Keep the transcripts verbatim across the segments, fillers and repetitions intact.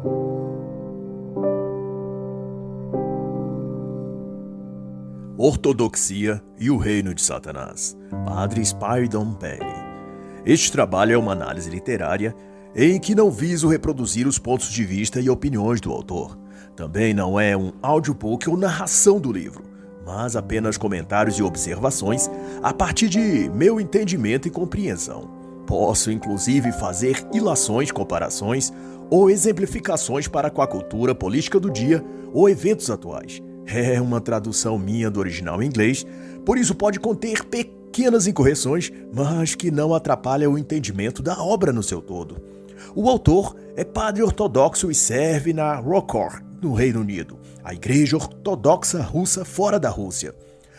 Ortodoxia e o Reino de Satanás, Padre Spyridon Bailey. Este trabalho é uma análise literária em que não viso reproduzir os pontos de vista e opiniões do autor. Também não é um audiobook ou narração do livro, mas apenas comentários e observações a partir de meu entendimento e compreensão. Posso, inclusive, fazer ilações, comparações ou exemplificações para com a cultura política do dia ou eventos atuais. É uma tradução minha do original em inglês, por isso pode conter pequenas incorreções, mas que não atrapalham o entendimento da obra no seu todo. O autor é padre ortodoxo e serve na ROCOR, no Reino Unido, a Igreja Ortodoxa Russa fora da Rússia.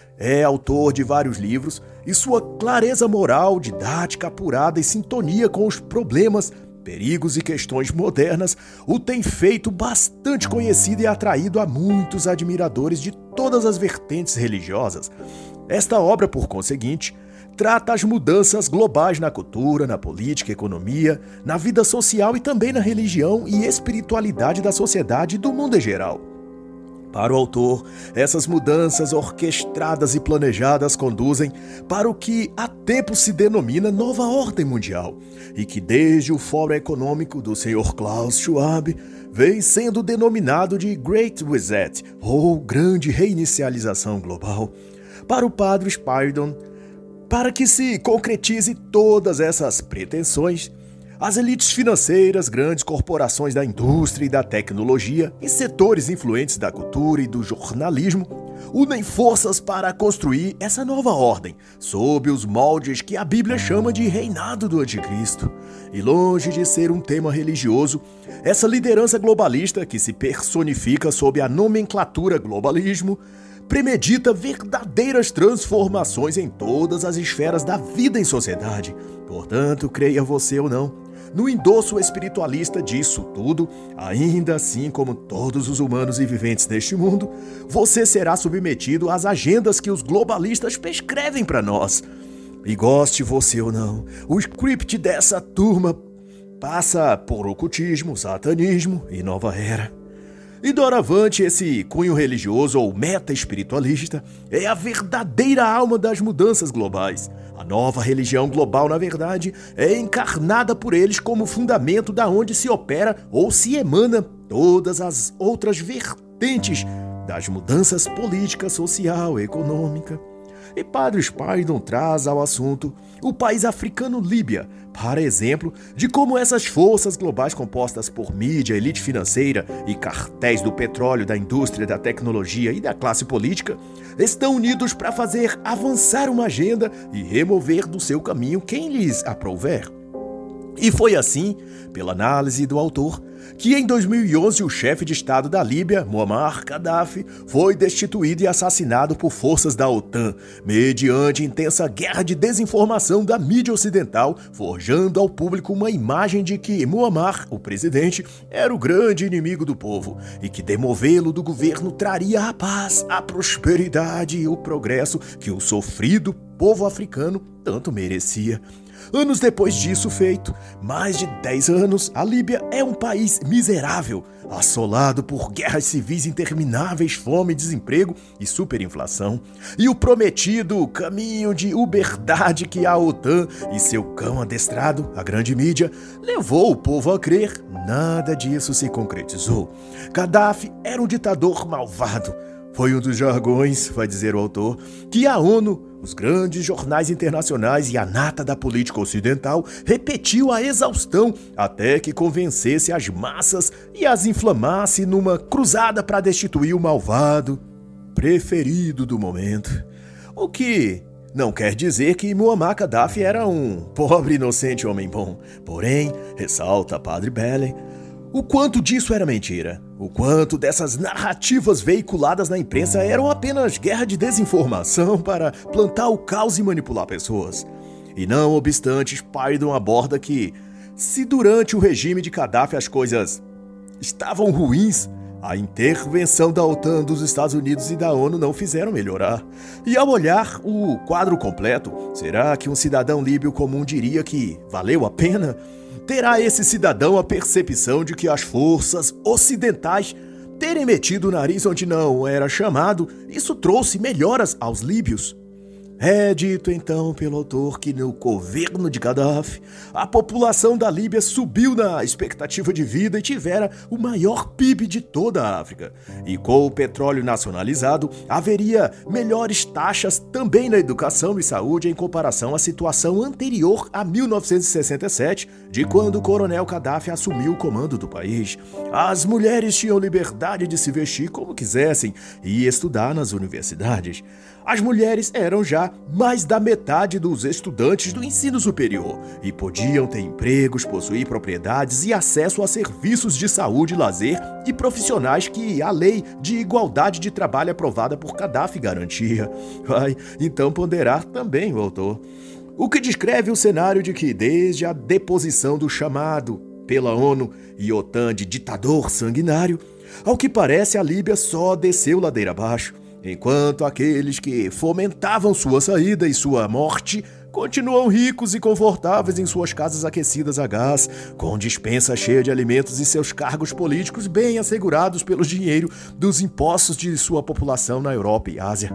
É autor de vários livros e sua clareza moral, didática apurada e sintonia com os problemas, perigos e questões modernas o tem feito bastante conhecido e atraído a muitos admiradores de todas as vertentes religiosas. Esta obra, por conseguinte, trata as mudanças globais na cultura, na política, economia, na vida social e também na religião e espiritualidade da sociedade e do mundo em geral. Para o autor, essas mudanças orquestradas e planejadas conduzem para o que há tempo se denomina Nova Ordem Mundial e que desde o Fórum Econômico do senhor Klaus Schwab vem sendo denominado de Great Reset ou Grande Reinicialização Global. Para o padre Spyridon, para que se concretize todas essas pretensões, as elites financeiras, grandes corporações da indústria e da tecnologia e setores influentes da cultura e do jornalismo unem forças para construir essa nova ordem, sob os moldes que a Bíblia chama de reinado do Anticristo. E longe de ser um tema religioso, essa liderança globalista que se personifica sob a nomenclatura globalismo premedita verdadeiras transformações em todas as esferas da vida em sociedade. Portanto, creia você ou não, no endosso espiritualista disso tudo, ainda assim como todos os humanos e viventes neste mundo, você será submetido às agendas que os globalistas prescrevem para nós. E goste você ou não, o script dessa turma passa por ocultismo, satanismo e nova era. E doravante, esse cunho religioso ou meta-espiritualista é a verdadeira alma das mudanças globais. A nova religião global, na verdade, é encarnada por eles como fundamento da onde se opera ou se emana todas as outras vertentes das mudanças política, social e econômica. E padre Spyridon traz ao assunto o país africano Líbia, para exemplo de como essas forças globais compostas por mídia, elite financeira e cartéis do petróleo, da indústria, da tecnologia e da classe política estão unidos para fazer avançar uma agenda e remover do seu caminho quem lhes aprouver. E foi assim, pela análise do autor, que em dois mil e onze o chefe de Estado da Líbia, Muammar Gaddafi, foi destituído e assassinado por forças da OTAN, mediante intensa guerra de desinformação da mídia ocidental, forjando ao público uma imagem de que Muammar, o presidente, era o grande inimigo do povo e que demovê-lo do governo traria a paz, a prosperidade e o progresso que o sofrido povo africano tanto merecia. Anos depois disso feito, mais de dez anos, a Líbia é um país miserável, assolado por guerras civis intermináveis, fome, desemprego e superinflação. E o prometido caminho de uberdade que a OTAN e seu cão adestrado, a grande mídia, levou o povo a crer, nada disso se concretizou. Gaddafi era um ditador malvado. Foi um dos jargões, vai dizer o autor, que a ONU, os grandes jornais internacionais e a nata da política ocidental repetiu a exaustão até que convencesse as massas e as inflamasse numa cruzada para destituir o malvado preferido do momento. O que não quer dizer que Muammar Gaddafi era um pobre inocente homem bom. Porém, ressalta Padre Bailey, o quanto disso era mentira, o quanto dessas narrativas veiculadas na imprensa eram apenas guerra de desinformação para plantar o caos e manipular pessoas. E não obstante, Spyridon aborda que, se durante o regime de Gaddafi as coisas estavam ruins, a intervenção da OTAN, dos Estados Unidos e da ONU não fizeram melhorar. E ao olhar o quadro completo, será que um cidadão líbio comum diria que valeu a pena? terá esse cidadão a percepção de que as forças ocidentais terem metido o nariz onde não era chamado, isso trouxe melhoras aos líbios? É dito então pelo autor que no governo de Gaddafi, a população da Líbia subiu na expectativa de vida e tivera o maior P I B de toda a África. E com o petróleo nacionalizado, haveria melhores taxas também na educação e saúde em comparação à situação anterior a mil novecentos e sessenta e sete, de quando o coronel Gaddafi assumiu o comando do país. As mulheres tinham liberdade de se vestir como quisessem e estudar nas universidades. As mulheres eram já mais da metade dos estudantes do ensino superior e podiam ter empregos, possuir propriedades e acesso a serviços de saúde, lazer e profissionais que a lei de igualdade de trabalho aprovada por Gaddafi garantia. Vai então ponderar também o autor. O que descreve o cenário de que, desde a deposição do chamado pela ONU e OTAN de ditador sanguinário, ao que parece a Líbia só desceu ladeira abaixo, enquanto aqueles que fomentavam sua saída e sua morte continuam ricos e confortáveis em suas casas aquecidas a gás, com dispensa cheia de alimentos e seus cargos políticos bem assegurados pelo dinheiro dos impostos de sua população na Europa e Ásia.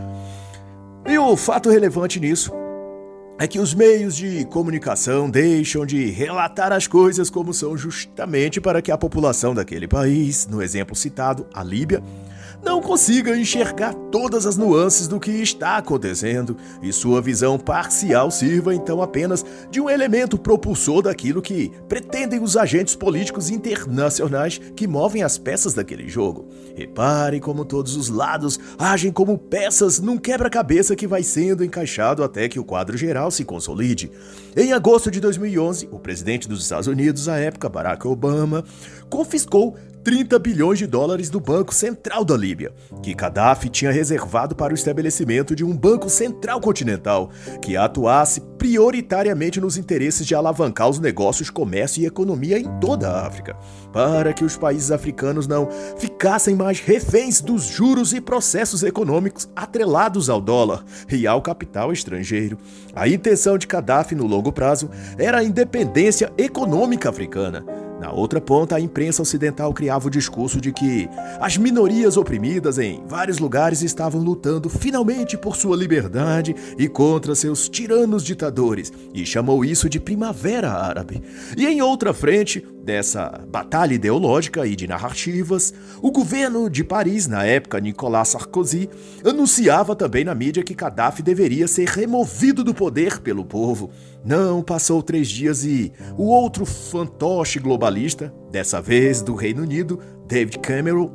E o fato relevante nisso é que os meios de comunicação deixam de relatar as coisas como são justamente para que a população daquele país, no exemplo citado, a Líbia, não consiga enxergar todas as nuances do que está acontecendo e sua visão parcial sirva então apenas de um elemento propulsor daquilo que pretendem os agentes políticos internacionais que movem as peças daquele jogo. Reparem como todos os lados agem como peças num quebra-cabeça que vai sendo encaixado até que o quadro geral se consolide. Em agosto de dois mil e onze, o presidente dos Estados Unidos, à época Barack Obama, confiscou trinta bilhões de dólares do Banco Central da Líbia, que Gaddafi tinha reservado para o estabelecimento de um Banco Central Continental, que atuasse prioritariamente nos interesses de alavancar os negócios, comércio e economia em toda a África, para que os países africanos não ficassem mais reféns dos juros e processos econômicos atrelados ao dólar e ao capital estrangeiro. A intenção de Gaddafi no longo prazo era a independência econômica africana. Na outra ponta, a imprensa ocidental criava o discurso de que as minorias oprimidas em vários lugares estavam lutando finalmente por sua liberdade e contra seus tiranos ditadores, e chamou isso de Primavera Árabe. E em outra frente dessa batalha ideológica e de narrativas, o governo de Paris, na época Nicolas Sarkozy, anunciava também na mídia que Gaddafi deveria ser removido do poder pelo povo. Não passou três dias e o outro fantoche globalista, dessa vez do Reino Unido, David Cameron,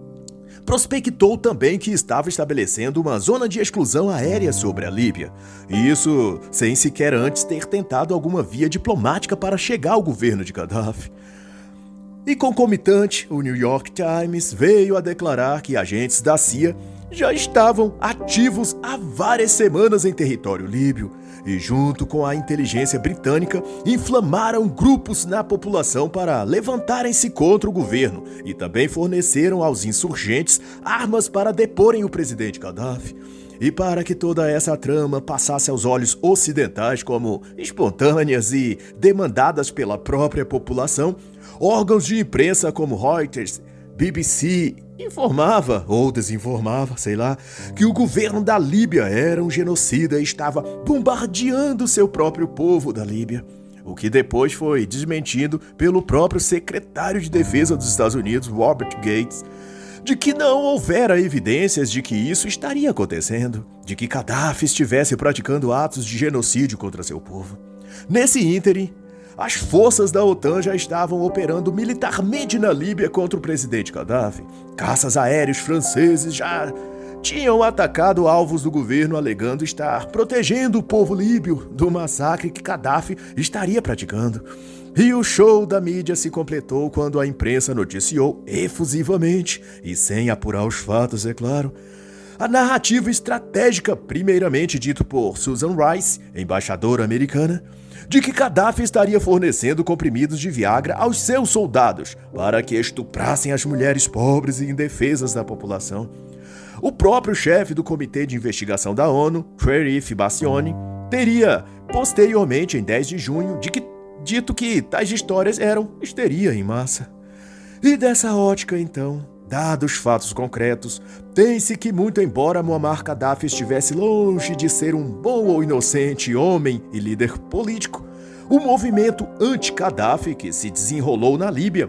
prospectou também que estava estabelecendo uma zona de exclusão aérea sobre a Líbia. Isso sem sequer antes ter tentado alguma via diplomática para chegar ao governo de Gaddafi. E concomitante, o New York Times veio a declarar que agentes da C I A já estavam ativos há várias semanas em território líbio e, junto com a inteligência britânica, inflamaram grupos na população para levantarem-se contra o governo e também forneceram aos insurgentes armas para deporem o presidente Gaddafi. E para que toda essa trama passasse aos olhos ocidentais como espontâneas e demandadas pela própria população, órgãos de imprensa como Reuters, B B C informava, ou desinformava, sei lá, que o governo da Líbia era um genocida e estava bombardeando seu próprio povo da Líbia. O que depois foi desmentido pelo próprio secretário de Defesa dos Estados Unidos, Robert Gates, de que não houvera evidências de que isso estaria acontecendo, de que Gaddafi estivesse praticando atos de genocídio contra seu povo. Nesse ínterim, as forças da OTAN já estavam operando militarmente na Líbia contra o presidente Gaddafi. Caças aéreos franceses já tinham atacado alvos do governo, alegando estar protegendo o povo líbio do massacre que Gaddafi estaria praticando. E o show da mídia se completou quando a imprensa noticiou efusivamente, e sem apurar os fatos, é claro, a narrativa estratégica, primeiramente dito por Susan Rice, embaixadora americana, de que Gaddafi estaria fornecendo comprimidos de Viagra aos seus soldados para que estuprassem as mulheres pobres e indefesas da população. O próprio chefe do Comitê de Investigação da ONU, Thierry Bastioni, teria, posteriormente, em dez de junho, de que dito que tais histórias eram histeria em massa. E dessa ótica, então, dados fatos concretos, tem-se que muito embora Muammar Gaddafi estivesse longe de ser um bom ou inocente homem e líder político, o movimento anti-Gaddafi que se desenrolou na Líbia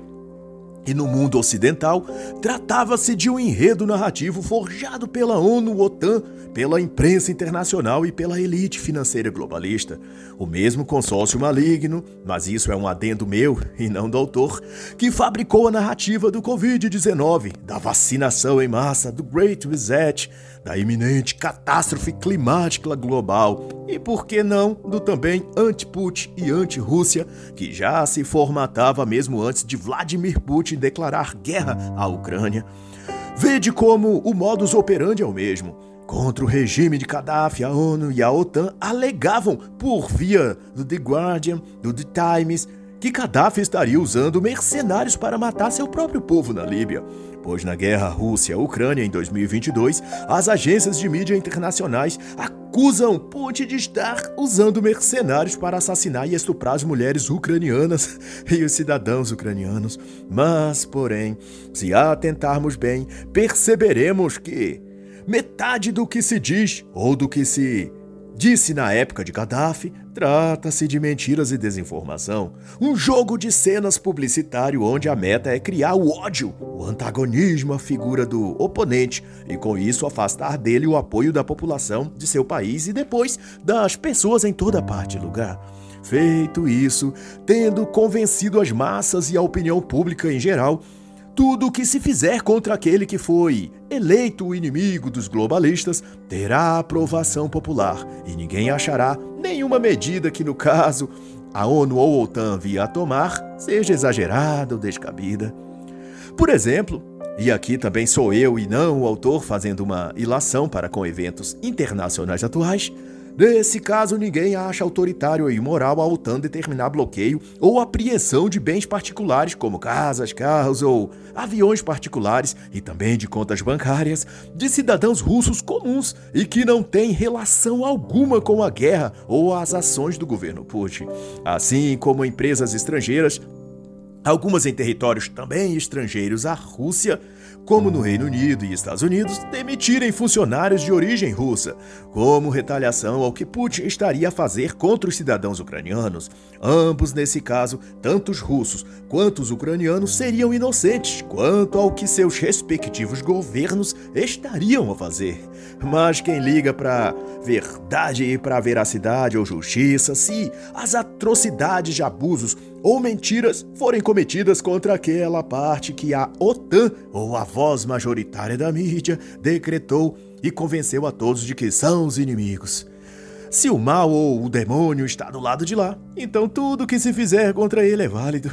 e no mundo ocidental tratava-se de um enredo narrativo forjado pela ONU, OTAN, pela imprensa internacional e pela elite financeira globalista. O mesmo consórcio maligno, mas isso é um adendo meu e não do autor, que fabricou a narrativa do covid dezenove, da vacinação em massa, do Great Reset, da iminente catástrofe climática global e, por que não, do também anti-Putin e anti-Rússia, que já se formatava mesmo antes de Vladimir Putin declarar guerra à Ucrânia. Vede como o modus operandi é o mesmo. Contra o regime de Gaddafi, a ONU e a OTAN alegavam, por via do The Guardian, do The Times, que Gaddafi estaria usando mercenários para matar seu próprio povo na Líbia. Pois na guerra Rússia-Ucrânia em dois mil e vinte e dois, as agências de mídia internacionais acusam Putin de estar usando mercenários para assassinar e estuprar as mulheres ucranianas e os cidadãos ucranianos. Mas, porém, se atentarmos bem, perceberemos que metade do que se diz ou do que se disse na época de Gaddafi trata-se de mentiras e desinformação. Um jogo de cenas publicitário onde a meta é criar o ódio, o antagonismo à figura do oponente e com isso afastar dele o apoio da população de seu país e depois das pessoas em toda parte e lugar. Feito isso, tendo convencido as massas e a opinião pública em geral, tudo o que se fizer contra aquele que foi eleito o inimigo dos globalistas terá aprovação popular e ninguém achará nenhuma medida que, no caso, a ONU ou a OTAN via a tomar seja exagerada ou descabida. Por exemplo, e aqui também sou eu e não o autor fazendo uma ilação para com eventos internacionais atuais, nesse caso, ninguém acha autoritário ou imoral a OTAN determinar bloqueio ou apreensão de bens particulares como casas, carros ou aviões particulares e também de contas bancárias de cidadãos russos comuns e que não têm relação alguma com a guerra ou as ações do governo Putin. Assim como empresas estrangeiras, algumas em territórios também estrangeiros à Rússia, como no Reino Unido e Estados Unidos, demitirem funcionários de origem russa, como retaliação ao que Putin estaria a fazer contra os cidadãos ucranianos. Ambos, nesse caso, tanto os russos quanto os ucranianos, seriam inocentes quanto ao que seus respectivos governos estariam a fazer. Mas quem liga para verdade e para veracidade ou justiça se as atrocidades de abusos ou mentiras forem cometidas contra aquela parte que a OTAN, ou a voz majoritária da mídia, decretou e convenceu a todos de que são os inimigos. Se o mal ou o demônio está do lado de lá, então tudo que se fizer contra ele é válido.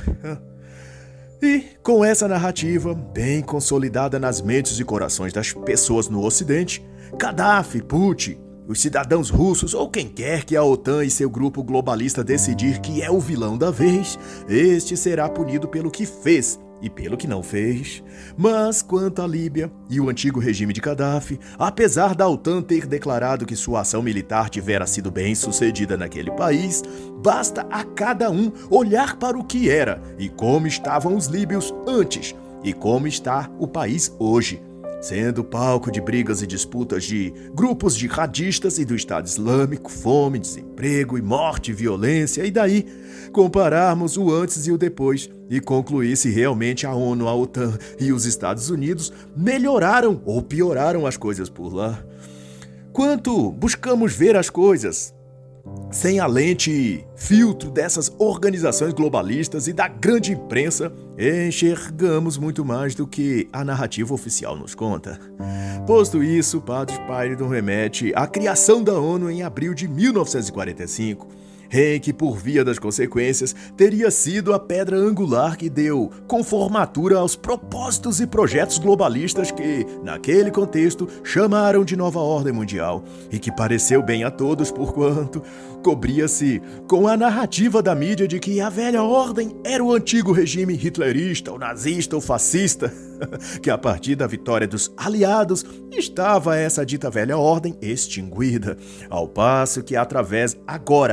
E, com essa narrativa bem consolidada nas mentes e corações das pessoas no Ocidente, Gaddafi, Putin, os cidadãos russos ou quem quer que a OTAN e seu grupo globalista decidir que é o vilão da vez, este será punido pelo que fez e pelo que não fez. Mas quanto à Líbia e o antigo regime de Gaddafi, apesar da OTAN ter declarado que sua ação militar tivera sido bem sucedida naquele país, basta a cada um olhar para o que era e como estavam os líbios antes e como está o país hoje, sendo palco de brigas e disputas de grupos jihadistas e do Estado Islâmico, fome, desemprego e morte e violência, e daí compararmos o antes e o depois e concluir se realmente a ONU, a OTAN e os Estados Unidos melhoraram ou pioraram as coisas por lá. Quanto buscamos ver as coisas sem a lente e filtro dessas organizações globalistas e da grande imprensa, enxergamos muito mais do que a narrativa oficial nos conta. Posto isso, Padre Spyridon remete à criação da ONU em abril de mil novecentos e quarenta e cinco, em que, por via das consequências, teria sido a pedra angular que deu conformatura aos propósitos e projetos globalistas que, naquele contexto, chamaram de Nova Ordem Mundial, e que pareceu bem a todos porquanto cobria-se com a narrativa da mídia de que a velha ordem era o antigo regime hitlerista, ou nazista, ou fascista, que a partir da vitória dos aliados estava essa dita velha ordem extinguida, ao passo que através agora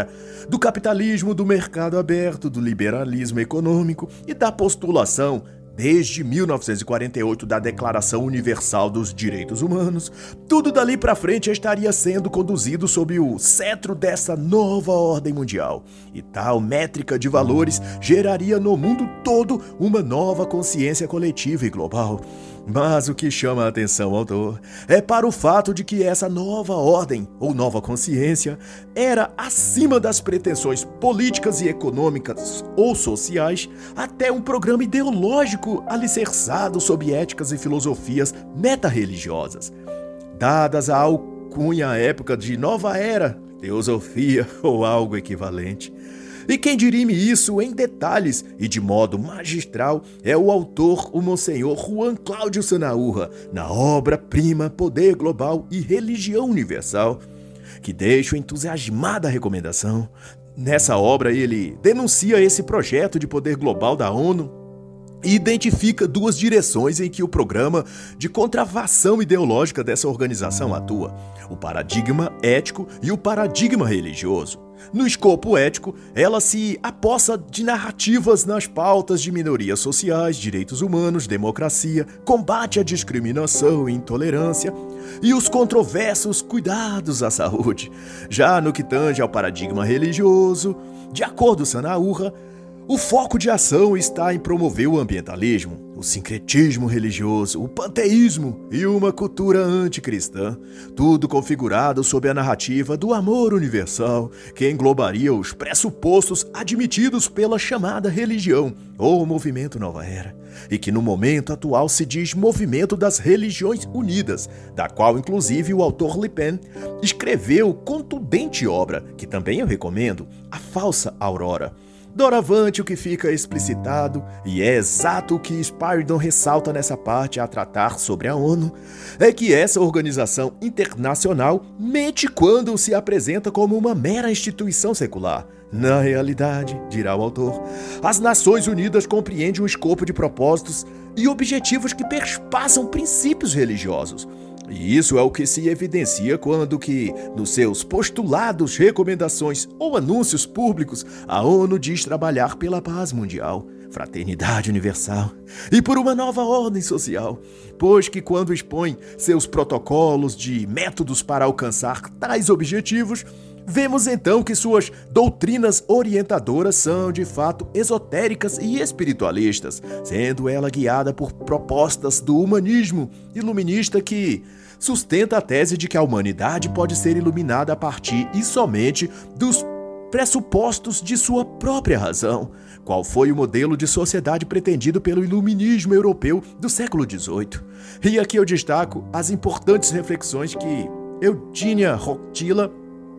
do capitalismo, do mercado aberto, do liberalismo econômico e da postulação, desde mil novecentos e quarenta e oito, da Declaração Universal dos Direitos Humanos, tudo dali para frente estaria sendo conduzido sob o cetro dessa nova ordem mundial. E tal métrica de valores geraria no mundo todo uma nova consciência coletiva e global. Mas o que chama a atenção, autor, é para o fato de que essa nova ordem, ou nova consciência, era acima das pretensões políticas e econômicas ou sociais, até um programa ideológico alicerçado sob éticas e filosofias meta-religiosas. Dadas a alcunha à época de Nova Era, Teosofia ou algo equivalente. E quem dirime isso em detalhes e de modo magistral é o autor, o Monsenhor Juan Cláudio Sanahúa, na obra-prima Poder Global e Religião Universal, que deixo entusiasmada a recomendação. Nessa obra ele denuncia esse projeto de poder global da ONU e identifica duas direções em que o programa de contrafação ideológica dessa organização atua: o paradigma ético e o paradigma religioso. No escopo ético, ela se apossa de narrativas nas pautas de minorias sociais, direitos humanos, democracia, combate à discriminação e intolerância e os controversos cuidados à saúde. Já no que tange ao paradigma religioso, de acordo com Sanahúa, o foco de ação está em promover o ambientalismo, o sincretismo religioso, o panteísmo e uma cultura anticristã, tudo configurado sob a narrativa do amor universal, que englobaria os pressupostos admitidos pela chamada religião ou movimento Nova Era, e que no momento atual se diz Movimento das Religiões Unidas, da qual inclusive o autor Le Pen escreveu contundente obra, que também eu recomendo, A Falsa Aurora. Doravante, o que fica explicitado, e é exato o que Spyridon ressalta nessa parte a tratar sobre a ONU, é que essa organização internacional mente quando se apresenta como uma mera instituição secular. Na realidade, dirá o autor, as Nações Unidas compreendem um escopo de propósitos e objetivos que perspassam princípios religiosos. E isso é o que se evidencia quando que, nos seus postulados, recomendações ou anúncios públicos, a ONU diz trabalhar pela paz mundial, fraternidade universal e por uma nova ordem social, pois que quando expõe seus protocolos de métodos para alcançar tais objetivos, vemos então que suas doutrinas orientadoras são de fato esotéricas e espiritualistas, sendo ela guiada por propostas do humanismo iluminista que sustenta a tese de que a humanidade pode ser iluminada a partir e somente dos pressupostos de sua própria razão, qual foi o modelo de sociedade pretendido pelo iluminismo europeu do século dezoito. E aqui eu destaco as importantes reflexões que Eugenia Rotila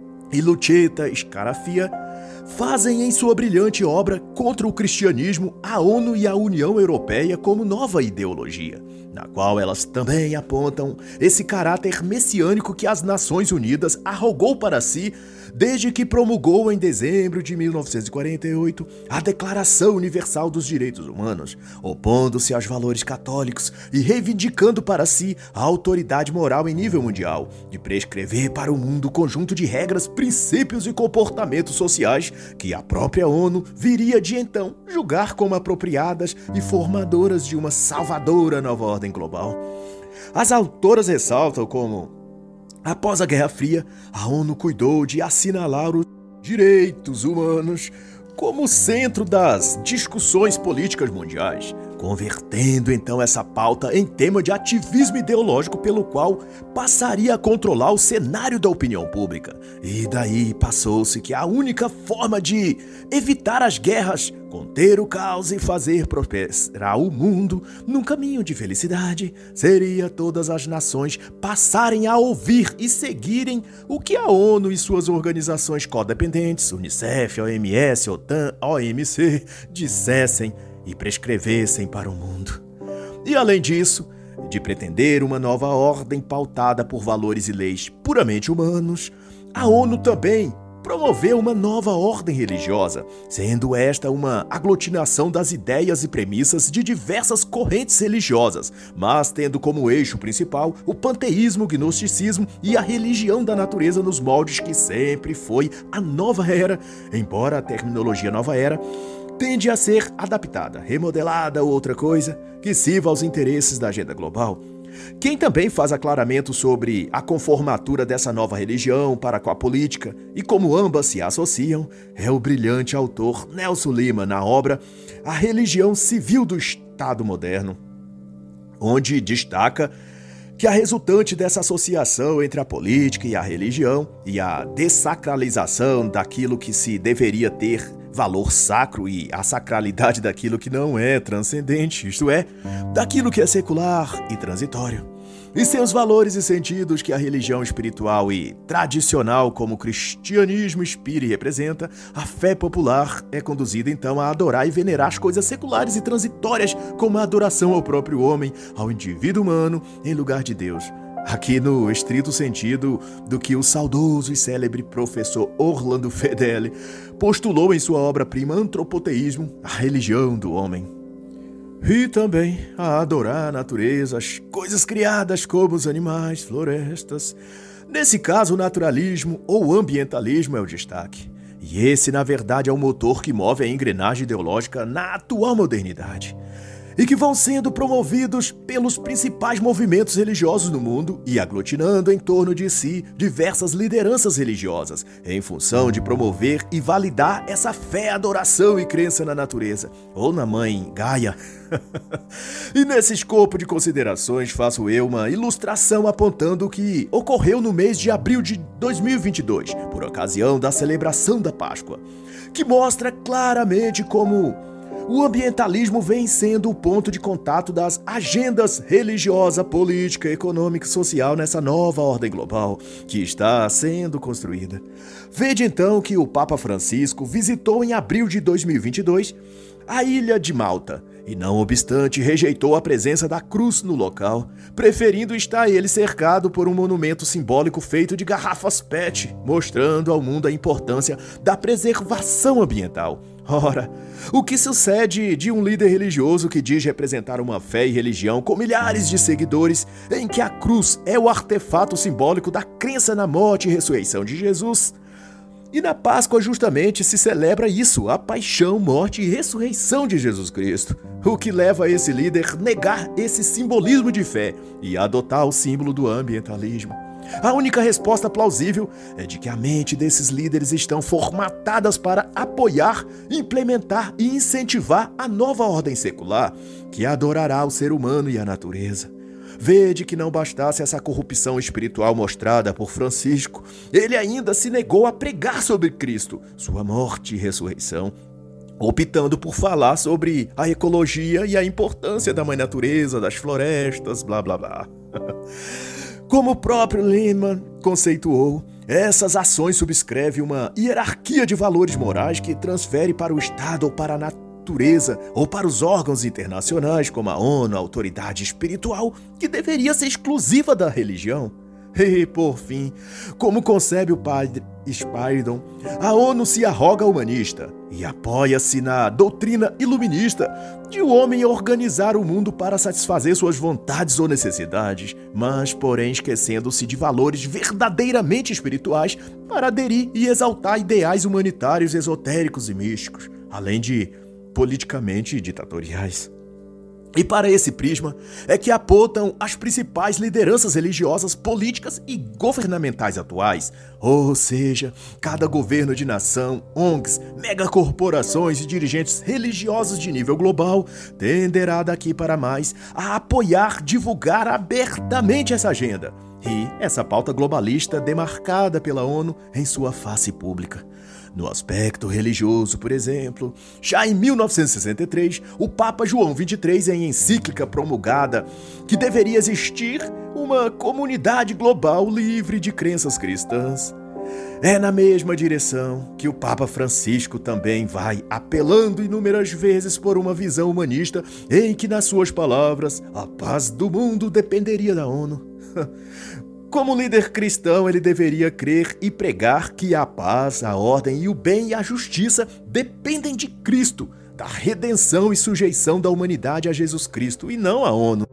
e Lucetta Scarafia fazem em sua brilhante obra Contra o Cristianismo, a ONU e a União Europeia como nova ideologia, na qual elas também apontam esse caráter messiânico que as Nações Unidas arrogou para si desde que promulgou em dezembro de mil novecentos e quarenta e oito a Declaração Universal dos Direitos Humanos, opondo-se aos valores católicos e reivindicando para si a autoridade moral em nível mundial, de prescrever para o mundo o conjunto de regras, princípios e comportamentos sociais que a própria ONU viria de então julgar como apropriadas e formadoras de uma salvadora nova ordem global. As autoras ressaltam como, após a Guerra Fria, a ONU cuidou de assinalar os direitos humanos como centro das discussões políticas mundiais, convertendo então essa pauta em tema de ativismo ideológico pelo qual passaria a controlar o cenário da opinião pública. E daí passou-se que a única forma de evitar as guerras, conter o caos e fazer prosperar o mundo num caminho de felicidade, seria todas as nações passarem a ouvir e seguirem o que a ONU e suas organizações codependentes, Unicef, O M S, OTAN, O M C, dissessem e prescrevessem para o mundo. E além disso, de pretender uma nova ordem pautada por valores e leis puramente humanos, a ONU também promoveu uma nova ordem religiosa, sendo esta uma aglutinação das ideias e premissas de diversas correntes religiosas, mas tendo como eixo principal o panteísmo, o gnosticismo e a religião da natureza nos moldes que sempre foi a nova era, embora a terminologia nova era tende a ser adaptada, remodelada ou outra coisa que sirva aos interesses da agenda global. Quem também faz aclaramento sobre a conformatura dessa nova religião para com a política e como ambas se associam é o brilhante autor Nelson Lima na obra A Religião Civil do Estado Moderno, onde destaca que a resultante dessa associação entre a política e a religião e a dessacralização daquilo que se deveria ter valor sacro e a sacralidade daquilo que não é transcendente, isto é, daquilo que é secular e transitório. E seus valores e sentidos que a religião espiritual e tradicional como o cristianismo inspira e representa, a fé popular é conduzida então a adorar e venerar as coisas seculares e transitórias como a adoração ao próprio homem, ao indivíduo humano, em lugar de Deus. Aqui no estrito sentido do que o saudoso e célebre professor Orlando Fedeli postulou em sua obra-prima Antropoteísmo, a religião do homem. E também a adorar a natureza, as coisas criadas como os animais, florestas. Nesse caso, o naturalismo ou ambientalismo é o destaque. E esse, na verdade, é o motor que move a engrenagem ideológica na atual modernidade. E que vão sendo promovidos pelos principais movimentos religiosos no mundo e aglutinando em torno de si diversas lideranças religiosas, em função de promover e validar essa fé, adoração e crença na natureza, ou na mãe Gaia. E nesse escopo de considerações faço eu uma ilustração apontando o que ocorreu no mês de abril de dois mil e vinte e dois, por ocasião da celebração da Páscoa, que mostra claramente como o ambientalismo vem sendo o ponto de contato das agendas religiosa, política, econômica e social nessa nova ordem global que está sendo construída. Vede então que o Papa Francisco visitou em abril de dois mil e vinte e dois a ilha de Malta e, não obstante, rejeitou a presença da cruz no local, preferindo estar ele cercado por um monumento simbólico feito de garrafas P E T, mostrando ao mundo a importância da preservação ambiental. Ora, o que sucede de um líder religioso que diz representar uma fé e religião com milhares de seguidores, em que a cruz é o artefato simbólico da crença na morte e ressurreição de Jesus? E na Páscoa justamente se celebra isso, a paixão, morte e ressurreição de Jesus Cristo, o que leva esse líder a negar esse simbolismo de fé e a adotar o símbolo do ambientalismo. A única resposta plausível é de que a mente desses líderes estão formatadas para apoiar, implementar e incentivar a nova ordem secular, que adorará o ser humano e a natureza. Vede que não bastasse essa corrupção espiritual mostrada por Francisco, ele ainda se negou a pregar sobre Cristo, sua morte e ressurreição, optando por falar sobre a ecologia e a importância da mãe natureza, das florestas, blá blá blá. Como o próprio Lehmann conceituou, essas ações subscrevem uma hierarquia de valores morais que transfere para o Estado ou para a natureza ou para os órgãos internacionais como a ONU, a autoridade espiritual, que deveria ser exclusiva da religião. E, por fim, como concebe o padre Spidon, a ONU se arroga humanista e apoia-se na doutrina iluminista de o homem organizar o mundo para satisfazer suas vontades ou necessidades, mas, porém, esquecendo-se de valores verdadeiramente espirituais para aderir e exaltar ideais humanitários, esotéricos e místicos, além de politicamente ditatoriais. E para esse prisma é que apontam as principais lideranças religiosas, políticas e governamentais atuais, ou seja, cada governo de nação, O N Gs, megacorporações e dirigentes religiosos de nível global tenderá daqui para mais a apoiar, divulgar abertamente essa agenda e essa pauta globalista demarcada pela ONU em sua face pública. No aspecto religioso, por exemplo, já em mil novecentos e sessenta e três, o Papa João vinte e três, em encíclica promulgada que deveria existir uma comunidade global livre de crenças cristãs, é na mesma direção que o Papa Francisco também vai, apelando inúmeras vezes por uma visão humanista em que, nas suas palavras, a paz do mundo dependeria da ONU. Como líder cristão, ele deveria crer e pregar que a paz, a ordem e o bem e a justiça dependem de Cristo, da redenção e sujeição da humanidade a Jesus Cristo e não à ONU.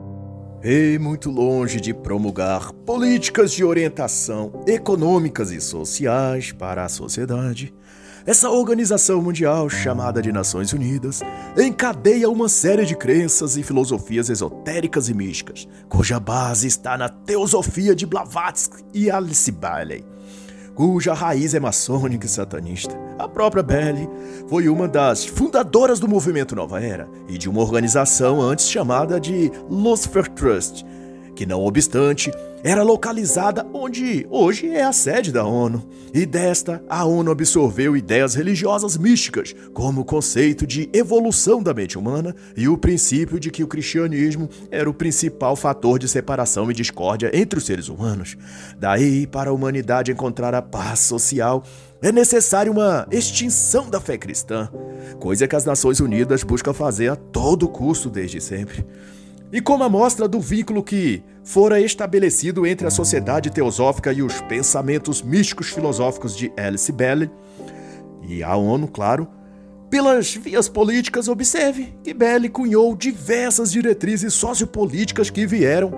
E muito longe de promulgar políticas de orientação econômicas e sociais para a sociedade, essa organização mundial, chamada de Nações Unidas, encadeia uma série de crenças e filosofias esotéricas e místicas, cuja base está na teosofia de Blavatsky e Alice Bailey, cuja raiz é maçônica e satanista. A própria Bailey foi uma das fundadoras do movimento Nova Era e de uma organização antes chamada de Lucifer Trust, que, não obstante, era localizada onde hoje é a sede da ONU. E desta, a ONU absorveu ideias religiosas místicas, como o conceito de evolução da mente humana e o princípio de que o cristianismo era o principal fator de separação e discórdia entre os seres humanos. Daí, para a humanidade encontrar a paz social, é necessária uma extinção da fé cristã, coisa que as Nações Unidas buscam fazer a todo custo desde sempre. E como amostra do vínculo que fora estabelecido entre a sociedade teosófica e os pensamentos místicos filosóficos de Alice Bailey e a ONU, claro, pelas vias políticas, observe que Bailey cunhou diversas diretrizes sociopolíticas que vieram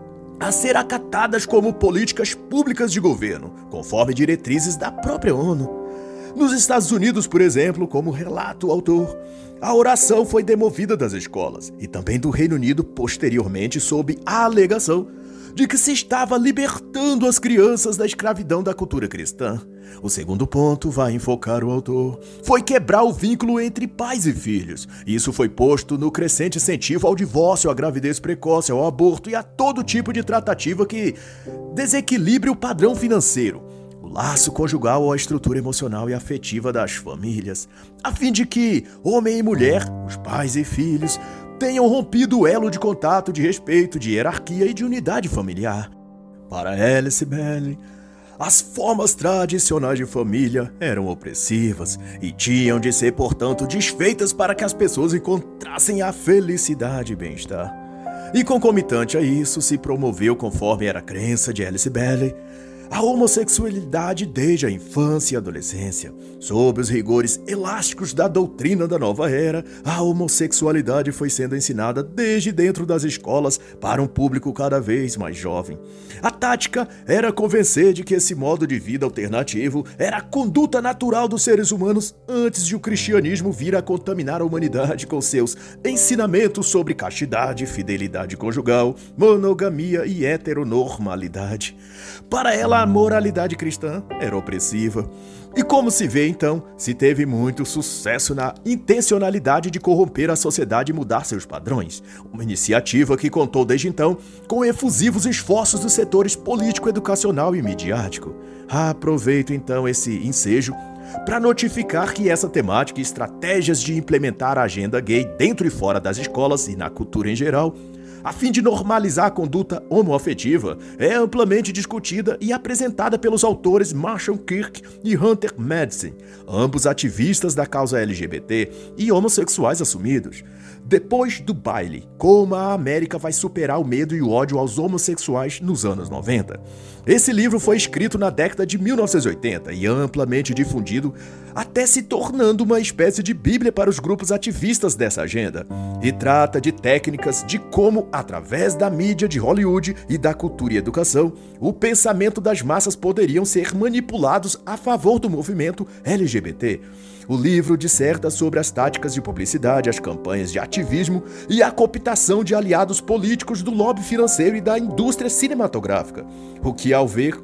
a ser acatadas como políticas públicas de governo, conforme diretrizes da própria ONU. Nos Estados Unidos, por exemplo, como relata o autor, a oração foi demovida das escolas e também do Reino Unido posteriormente sob a alegação de que se estava libertando as crianças da escravidão da cultura cristã. O segundo ponto, vai enfocar o autor, foi quebrar o vínculo entre pais e filhos. Isso foi posto no crescente incentivo ao divórcio, à gravidez precoce, ao aborto e a todo tipo de tratativa que desequilibre o padrão financeiro, o laço conjugal ou a estrutura emocional e afetiva das famílias, a fim de que homem e mulher, os pais e filhos, tenham rompido o elo de contato, de respeito, de hierarquia e de unidade familiar. Para Alice Bailey, as formas tradicionais de família eram opressivas e tinham de ser, portanto, desfeitas para que as pessoas encontrassem a felicidade e bem-estar. E concomitante a isso, se promoveu, conforme era a crença de Alice Bailey, a homossexualidade desde a infância e adolescência. Sob os rigores elásticos da doutrina da nova era, a homossexualidade foi sendo ensinada desde dentro das escolas para um público cada vez mais jovem. A tática era convencer de que esse modo de vida alternativo era a conduta natural dos seres humanos antes de o cristianismo vir a contaminar a humanidade com seus ensinamentos sobre castidade, fidelidade conjugal, monogamia e heteronormalidade. Para ela, a moralidade cristã era opressiva. E como se vê então, se teve muito sucesso na intencionalidade de corromper a sociedade e mudar seus padrões. Uma iniciativa que contou desde então com efusivos esforços dos setores político, educacional e midiático. Aproveito então esse ensejo para notificar que essa temática e estratégias de implementar a agenda gay dentro e fora das escolas e na cultura em geral, a fim de normalizar a conduta homoafetiva, é amplamente discutida e apresentada pelos autores Marshall Kirk e Hunter Madsen, ambos ativistas da causa L G B T e homossexuais assumidos. Depois do Bailey, como a América vai superar o medo e o ódio aos homossexuais nos anos noventa. Esse livro foi escrito na década de mil novecentos e oitenta e amplamente difundido, até se tornando uma espécie de bíblia para os grupos ativistas dessa agenda. E trata de técnicas de como, através da mídia de Hollywood e da cultura e educação, o pensamento das massas poderiam ser manipulados a favor do movimento L G B T. O livro disserta sobre as táticas de publicidade, as campanhas de ativismo e a cooptação de aliados políticos do lobby financeiro e da indústria cinematográfica, o que, ao ver,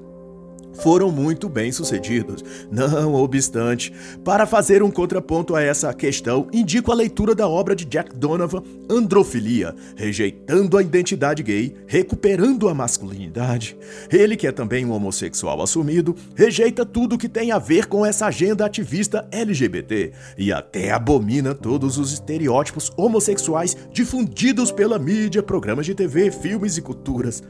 foram muito bem sucedidos. Não obstante, para fazer um contraponto a essa questão, indico a leitura da obra de Jack Donovan, Androfilia, rejeitando a identidade gay, recuperando a masculinidade. Ele, que é também um homossexual assumido, rejeita tudo que tem a ver com essa agenda ativista L G B T e até abomina todos os estereótipos homossexuais difundidos pela mídia, programas de T V, filmes e culturas.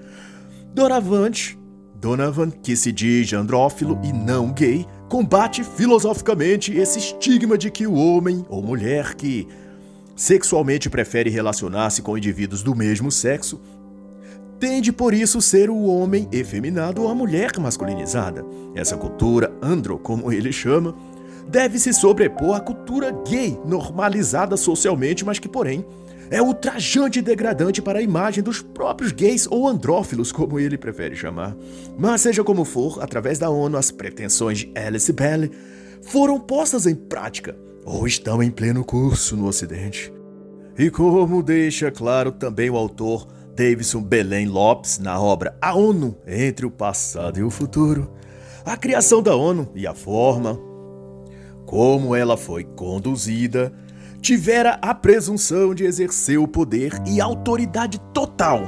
Doravante Donovan, que se diz andrófilo e não gay, combate filosoficamente esse estigma de que o homem ou mulher que sexualmente prefere relacionar-se com indivíduos do mesmo sexo tende por isso ser o homem efeminado ou a mulher masculinizada. Essa cultura andro, como ele chama, deve se sobrepor à cultura gay, normalizada socialmente, mas que, porém, é ultrajante e degradante para a imagem dos próprios gays ou andrófilos, como ele prefere chamar. Mas seja como for, através da ONU, as pretensões de Alice Bailey foram postas em prática, ou estão em pleno curso no Ocidente. E como deixa claro também o autor Davidson Belém Lopes na obra A ONU entre o Passado e o Futuro, a criação da ONU e a forma como ela foi conduzida tivera a presunção de exercer o poder e autoridade total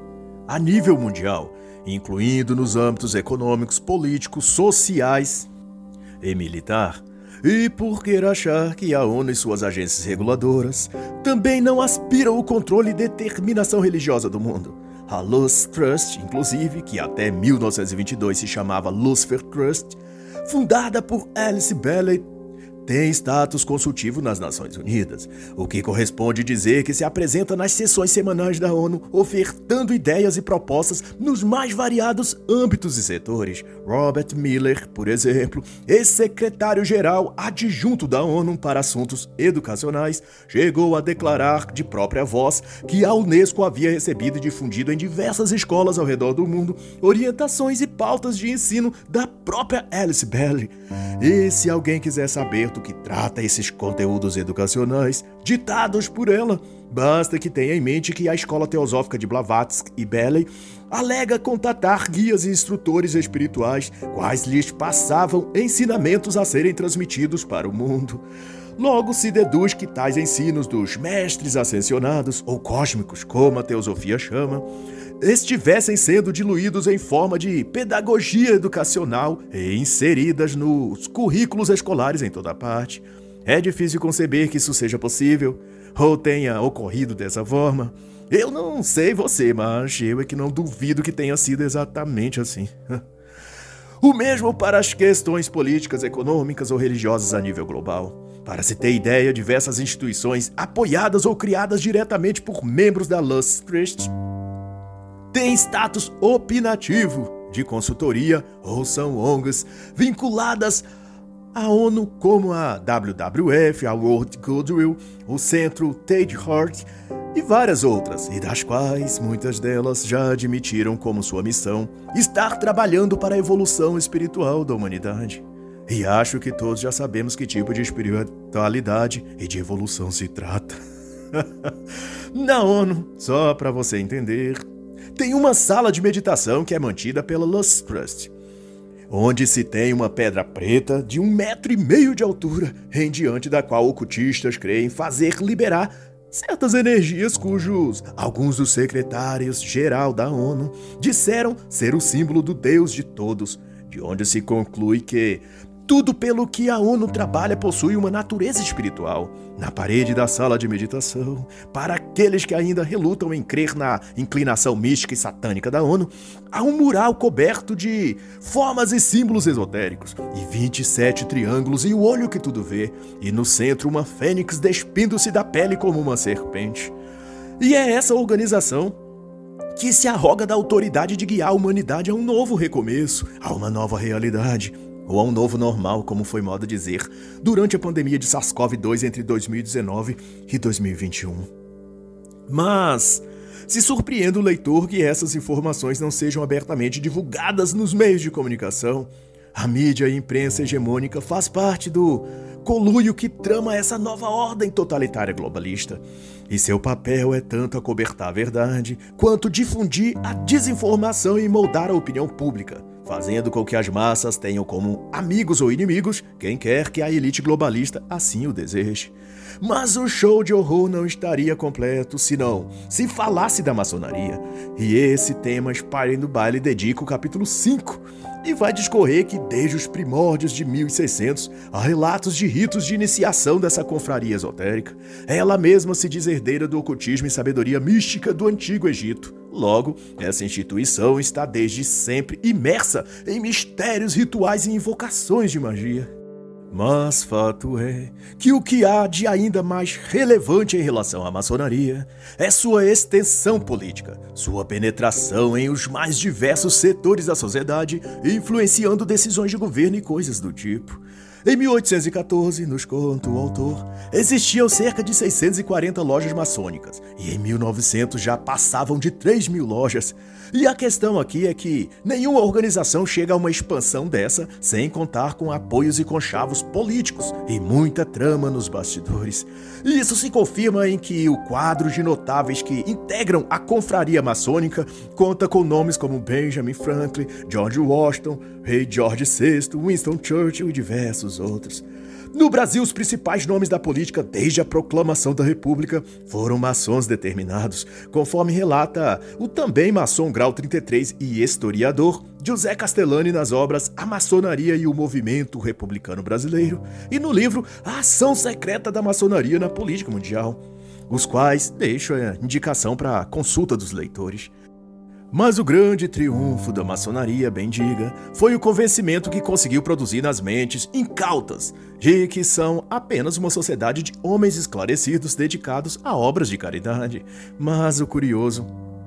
a nível mundial, incluindo nos âmbitos econômicos, políticos, sociais e militar. E por querer achar que a ONU e suas agências reguladoras também não aspiram ao controle e determinação religiosa do mundo. A Luce Trust, inclusive, que até mil novecentos e vinte e dois se chamava Lucifer Trust, fundada por Alice Bailey, tem status consultivo nas Nações Unidas, o que corresponde dizer que se apresenta nas sessões semanais da ONU, ofertando ideias e propostas nos mais variados âmbitos e setores. Robert Miller, por exemplo, ex-secretário-geral adjunto da ONU para assuntos educacionais, chegou a declarar de própria voz que a Unesco havia recebido e difundido em diversas escolas ao redor do mundo orientações e pautas de ensino da própria Alice Bailey. E se alguém quiser saber do que trata esses conteúdos educacionais ditados por ela, basta que tenha em mente que a Escola Teosófica de Blavatsky e Bailey alega contatar guias e instrutores espirituais, quais lhes passavam ensinamentos a serem transmitidos para o mundo. Logo se deduz que tais ensinos dos mestres ascensionados, ou cósmicos, como a teosofia chama, estivessem sendo diluídos em forma de pedagogia educacional e inseridas nos currículos escolares em toda parte. É difícil conceber que isso seja possível, ou tenha ocorrido dessa forma. Eu não sei você, mas eu é que não duvido que tenha sido exatamente assim. O mesmo para as questões políticas, econômicas ou religiosas a nível global. Para se ter ideia, diversas instituições apoiadas ou criadas diretamente por membros da Luce Trust têm status opinativo de consultoria ou são O N Gs vinculadas à ONU, como a W W F, a World Goodwill, o Centro Tate Heart e várias outras, e das quais muitas delas já admitiram como sua missão estar trabalhando para a evolução espiritual da humanidade. E acho que todos já sabemos que tipo de espiritualidade e de evolução se trata. Na ONU, só para você entender, tem uma sala de meditação que é mantida pela Luce Trust, onde se tem uma pedra preta de um metro e meio de altura, em diante da qual ocultistas creem fazer liberar certas energias cujos alguns dos secretários-geral da ONU disseram ser o símbolo do Deus de todos, de onde se conclui que tudo pelo que a ONU trabalha possui uma natureza espiritual. Na parede da sala de meditação, para aqueles que ainda relutam em crer na inclinação mística e satânica da ONU, há um mural coberto de formas e símbolos esotéricos, e vinte e sete triângulos e o olho que tudo vê, e no centro uma fênix despindo-se da pele como uma serpente. E é essa organização que se arroga da autoridade de guiar a humanidade a um novo recomeço, a uma nova realidade, ou a um novo normal, como foi moda dizer, durante a pandemia de SARS-CoV dois entre dois mil e dezenove e dois mil e vinte e um. Mas se surpreende o leitor que essas informações não sejam abertamente divulgadas nos meios de comunicação. A mídia e a imprensa hegemônica faz parte do conluio que trama essa nova ordem totalitária globalista. E seu papel é tanto acobertar a verdade, quanto difundir a desinformação e moldar a opinião pública, fazendo com que as massas tenham como amigos ou inimigos quem quer que a elite globalista assim o deseje. Mas o show de horror não estaria completo se não se falasse da maçonaria. E esse tema Spying do Baile dedica o capítulo cinco, e vai discorrer que desde os primórdios de mil e seiscentos há relatos de ritos de iniciação dessa confraria esotérica. Ela mesma se diz herdeira do ocultismo e sabedoria mística do Antigo Egito. Logo, essa instituição está desde sempre imersa em mistérios, rituais e invocações de magia. Mas fato é que o que há de ainda mais relevante em relação à maçonaria é sua extensão política, sua penetração em os mais diversos setores da sociedade, influenciando decisões de governo e coisas do tipo. Em mil oitocentos e quatorze, nos conta o autor, existiam cerca de seiscentas e quarenta lojas maçônicas, e em mil e novecentos já passavam de três mil lojas. E a questão aqui é que nenhuma organização chega a uma expansão dessa sem contar com apoios e conchavos políticos e muita trama nos bastidores. E isso se confirma em que o quadro de notáveis que integram a confraria maçônica conta com nomes como Benjamin Franklin, George Washington, Rei George sexto, Winston Churchill e diversos outros. No Brasil, os principais nomes da política desde a proclamação da República foram maçons determinados, conforme relata o também maçom grau trinta e três e historiador José Castellani nas obras A Maçonaria e o Movimento Republicano Brasileiro e no livro A Ação Secreta da Maçonaria na Política Mundial, os quais deixo a indicação para a consulta dos leitores. Mas o grande triunfo da maçonaria, bem diga, foi o convencimento que conseguiu produzir nas mentes incautas de que são apenas uma sociedade de homens esclarecidos dedicados a obras de caridade. Mas o curioso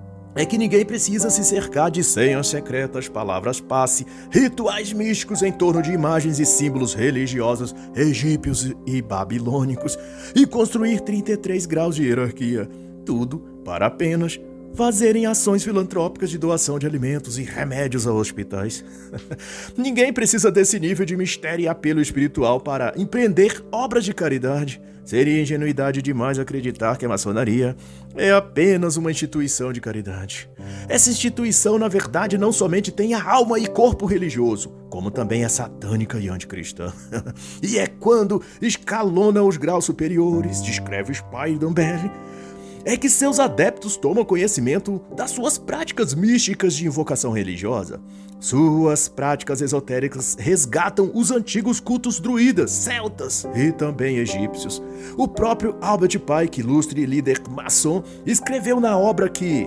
é que ninguém precisa se cercar de senhas secretas, palavras passe, rituais místicos em torno de imagens e símbolos religiosos egípcios e babilônicos e construir trinta e três graus de hierarquia, tudo para apenas fazerem ações filantrópicas de doação de alimentos e remédios a hospitais. Ninguém precisa desse nível de mistério e apelo espiritual para empreender obras de caridade. Seria ingenuidade demais acreditar que a maçonaria é apenas uma instituição de caridade. Essa instituição, na verdade, não somente tem a alma e corpo religioso, como também é satânica e anticristã. E é quando escalona os graus superiores, descreve Spidon Belli, é que seus adeptos tomam conhecimento das suas práticas místicas de invocação religiosa. Suas práticas esotéricas resgatam os antigos cultos druidas, celtas e também egípcios. O próprio Albert Pike, ilustre líder maçom, escreveu na obra que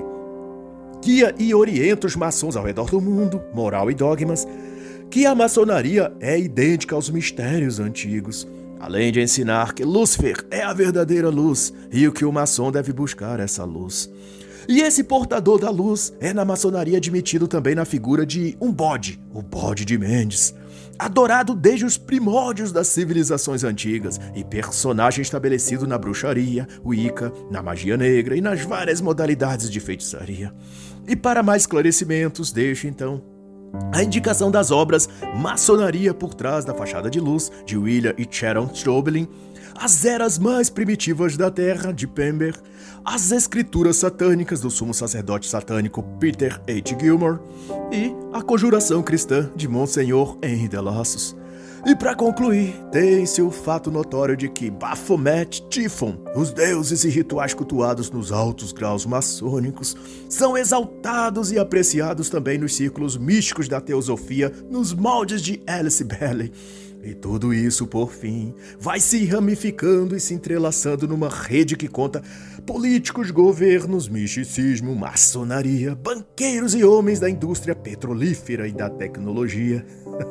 guia e orienta os maçons ao redor do mundo, Moral e Dogmas, que a maçonaria é idêntica aos mistérios antigos, além de ensinar que Lúcifer é a verdadeira luz e o que o maçom deve buscar essa luz. E esse portador da luz é na maçonaria admitido também na figura de um bode, o bode de Mendes, adorado desde os primórdios das civilizações antigas e personagem estabelecido na bruxaria, Wicca, na magia negra e nas várias modalidades de feitiçaria. E para mais esclarecimentos, deixo então a indicação das obras Maçonaria por Trás da Fachada de Luz, de William e Sharon Strobelin, As Eras Mais Primitivas da Terra, de Pember, As Escrituras Satânicas do Sumo Sacerdote Satânico Peter H. Gilmore e A Conjuração Cristã, de Monsenhor Henri de Lassos. E para concluir, tem-se o fato notório de que Baphomet, Typhon, os deuses e rituais cultuados nos altos graus maçônicos, são exaltados e apreciados também nos círculos místicos da teosofia, nos moldes de Alice Bailey. E tudo isso, por fim, vai se ramificando e se entrelaçando numa rede que conta políticos, governos, misticismo, maçonaria, banqueiros e homens da indústria petrolífera e da tecnologia.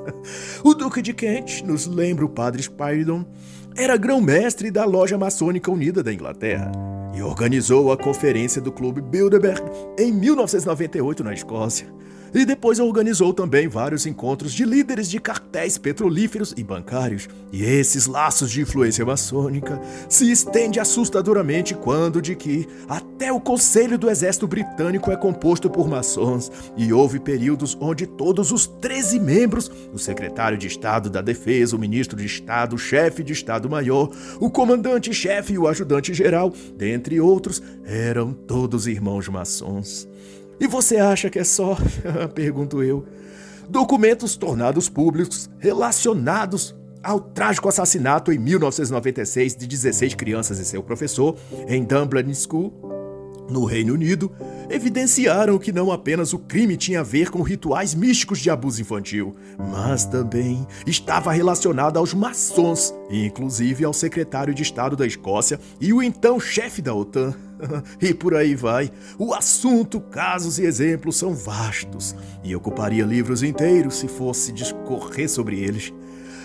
O Duque de Kent, nos lembra o padre Spidon, era grão-mestre da Loja Maçônica Unida da Inglaterra e organizou a conferência do Clube Bilderberg em mil novecentos e noventa e oito na Escócia. E depois organizou também vários encontros de líderes de cartéis petrolíferos e bancários. E esses laços de influência maçônica se estendem assustadoramente quando de que até o Conselho do Exército Britânico é composto por maçons. E houve períodos onde todos os treze membros, o secretário de Estado da Defesa, o ministro de Estado, o chefe de Estado-Maior, o comandante-chefe e o ajudante-geral, dentre outros, eram todos irmãos maçons. E você acha que é só, pergunto eu, documentos tornados públicos relacionados ao trágico assassinato em mil novecentos e noventa e seis de dezesseis crianças e seu professor em Dublin School, no Reino Unido, evidenciaram que não apenas o crime tinha a ver com rituais místicos de abuso infantil, mas também estava relacionado aos maçons, e inclusive ao secretário de Estado da Escócia e o então chefe da OTAN. E por aí vai. O assunto, casos e exemplos são vastos, e ocuparia livros inteiros se fosse discorrer sobre eles.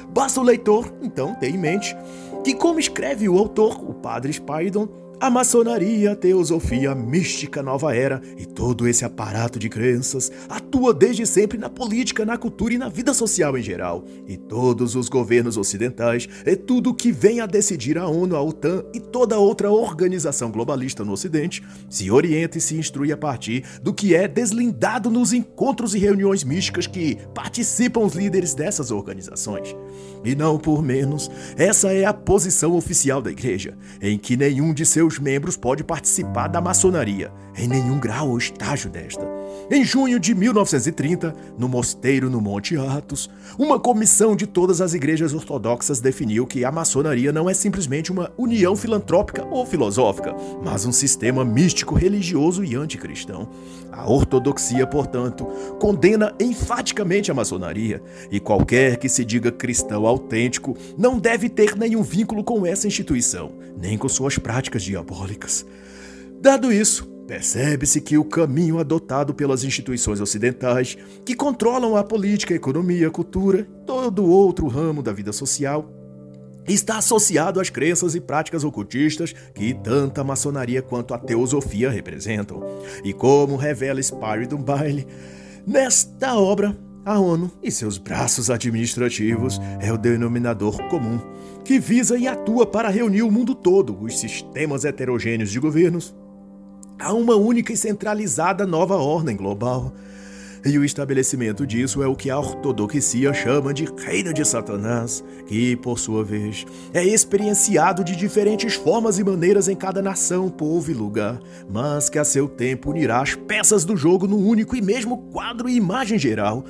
Basta o leitor, então, ter em mente que, como escreve o autor, o padre Spyridon, a maçonaria, a teosofia, a mística nova era e todo esse aparato de crenças atua desde sempre na política, na cultura e na vida social em geral. E todos os governos ocidentais é tudo que vem a decidir a ONU, a OTAN e toda outra organização globalista no Ocidente se orienta e se instrui a partir do que é deslindado nos encontros e reuniões místicas que participam os líderes dessas organizações. E não por menos, essa é a posição oficial da Igreja, em que nenhum de seus membros pode participar da maçonaria, em nenhum grau ou estágio desta. Em junho de mil novecentos e trinta, no mosteiro no Monte Athos, uma comissão de todas as igrejas ortodoxas definiu que a maçonaria não é simplesmente uma união filantrópica ou filosófica, mas um sistema místico, religioso e anticristão. A ortodoxia, portanto, condena enfaticamente a maçonaria, e qualquer que se diga cristão autêntico não deve ter nenhum vínculo com essa instituição, nem com suas práticas diabólicas. Dado isso, percebe-se que o caminho adotado pelas instituições ocidentais, que controlam a política, a economia, a cultura, todo outro ramo da vida social, está associado às crenças e práticas ocultistas que tanto a maçonaria quanto a teosofia representam. E como revela Spyridon Bailey, nesta obra, a ONU e seus braços administrativos é o denominador comum, que visa e atua para reunir o mundo todo, os sistemas heterogêneos de governos, a uma única e centralizada nova ordem global. E o estabelecimento disso é o que a ortodoxia chama de reino de Satanás, que, por sua vez, é experienciado de diferentes formas e maneiras em cada nação, povo e lugar, mas que a seu tempo unirá as peças do jogo num único e mesmo quadro e imagem geral,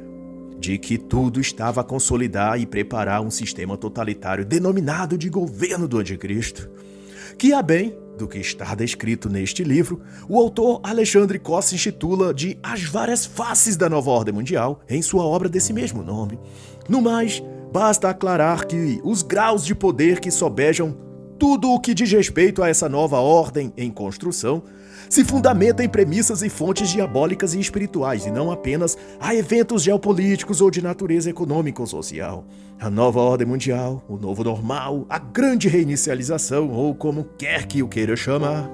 de que tudo estava a consolidar e preparar um sistema totalitário denominado de governo do Anticristo, que, a bem do que está descrito neste livro, o autor Alexandre Cosse intitula de As Várias Faces da Nova Ordem Mundial em sua obra desse mesmo nome. No mais, basta aclarar que os graus de poder que sobejam tudo o que diz respeito a essa nova ordem em construção se fundamenta em premissas e fontes diabólicas e espirituais, e não apenas a eventos geopolíticos ou de natureza econômica ou social. A nova ordem mundial, o novo normal, a grande reinicialização, ou como quer que o queira chamar,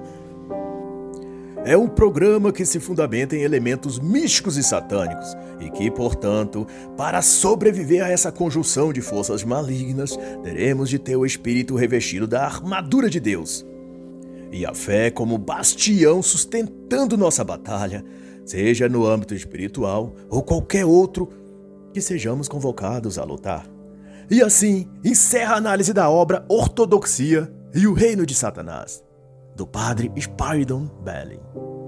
é um programa que se fundamenta em elementos místicos e satânicos, e que, portanto, para sobreviver a essa conjunção de forças malignas, teremos de ter o espírito revestido da armadura de Deus. E a fé como bastião sustentando nossa batalha, seja no âmbito espiritual ou qualquer outro que sejamos convocados a lutar. E assim encerra a análise da obra Ortodoxia e o Reino de Satanás, do padre Spyridon Bailey.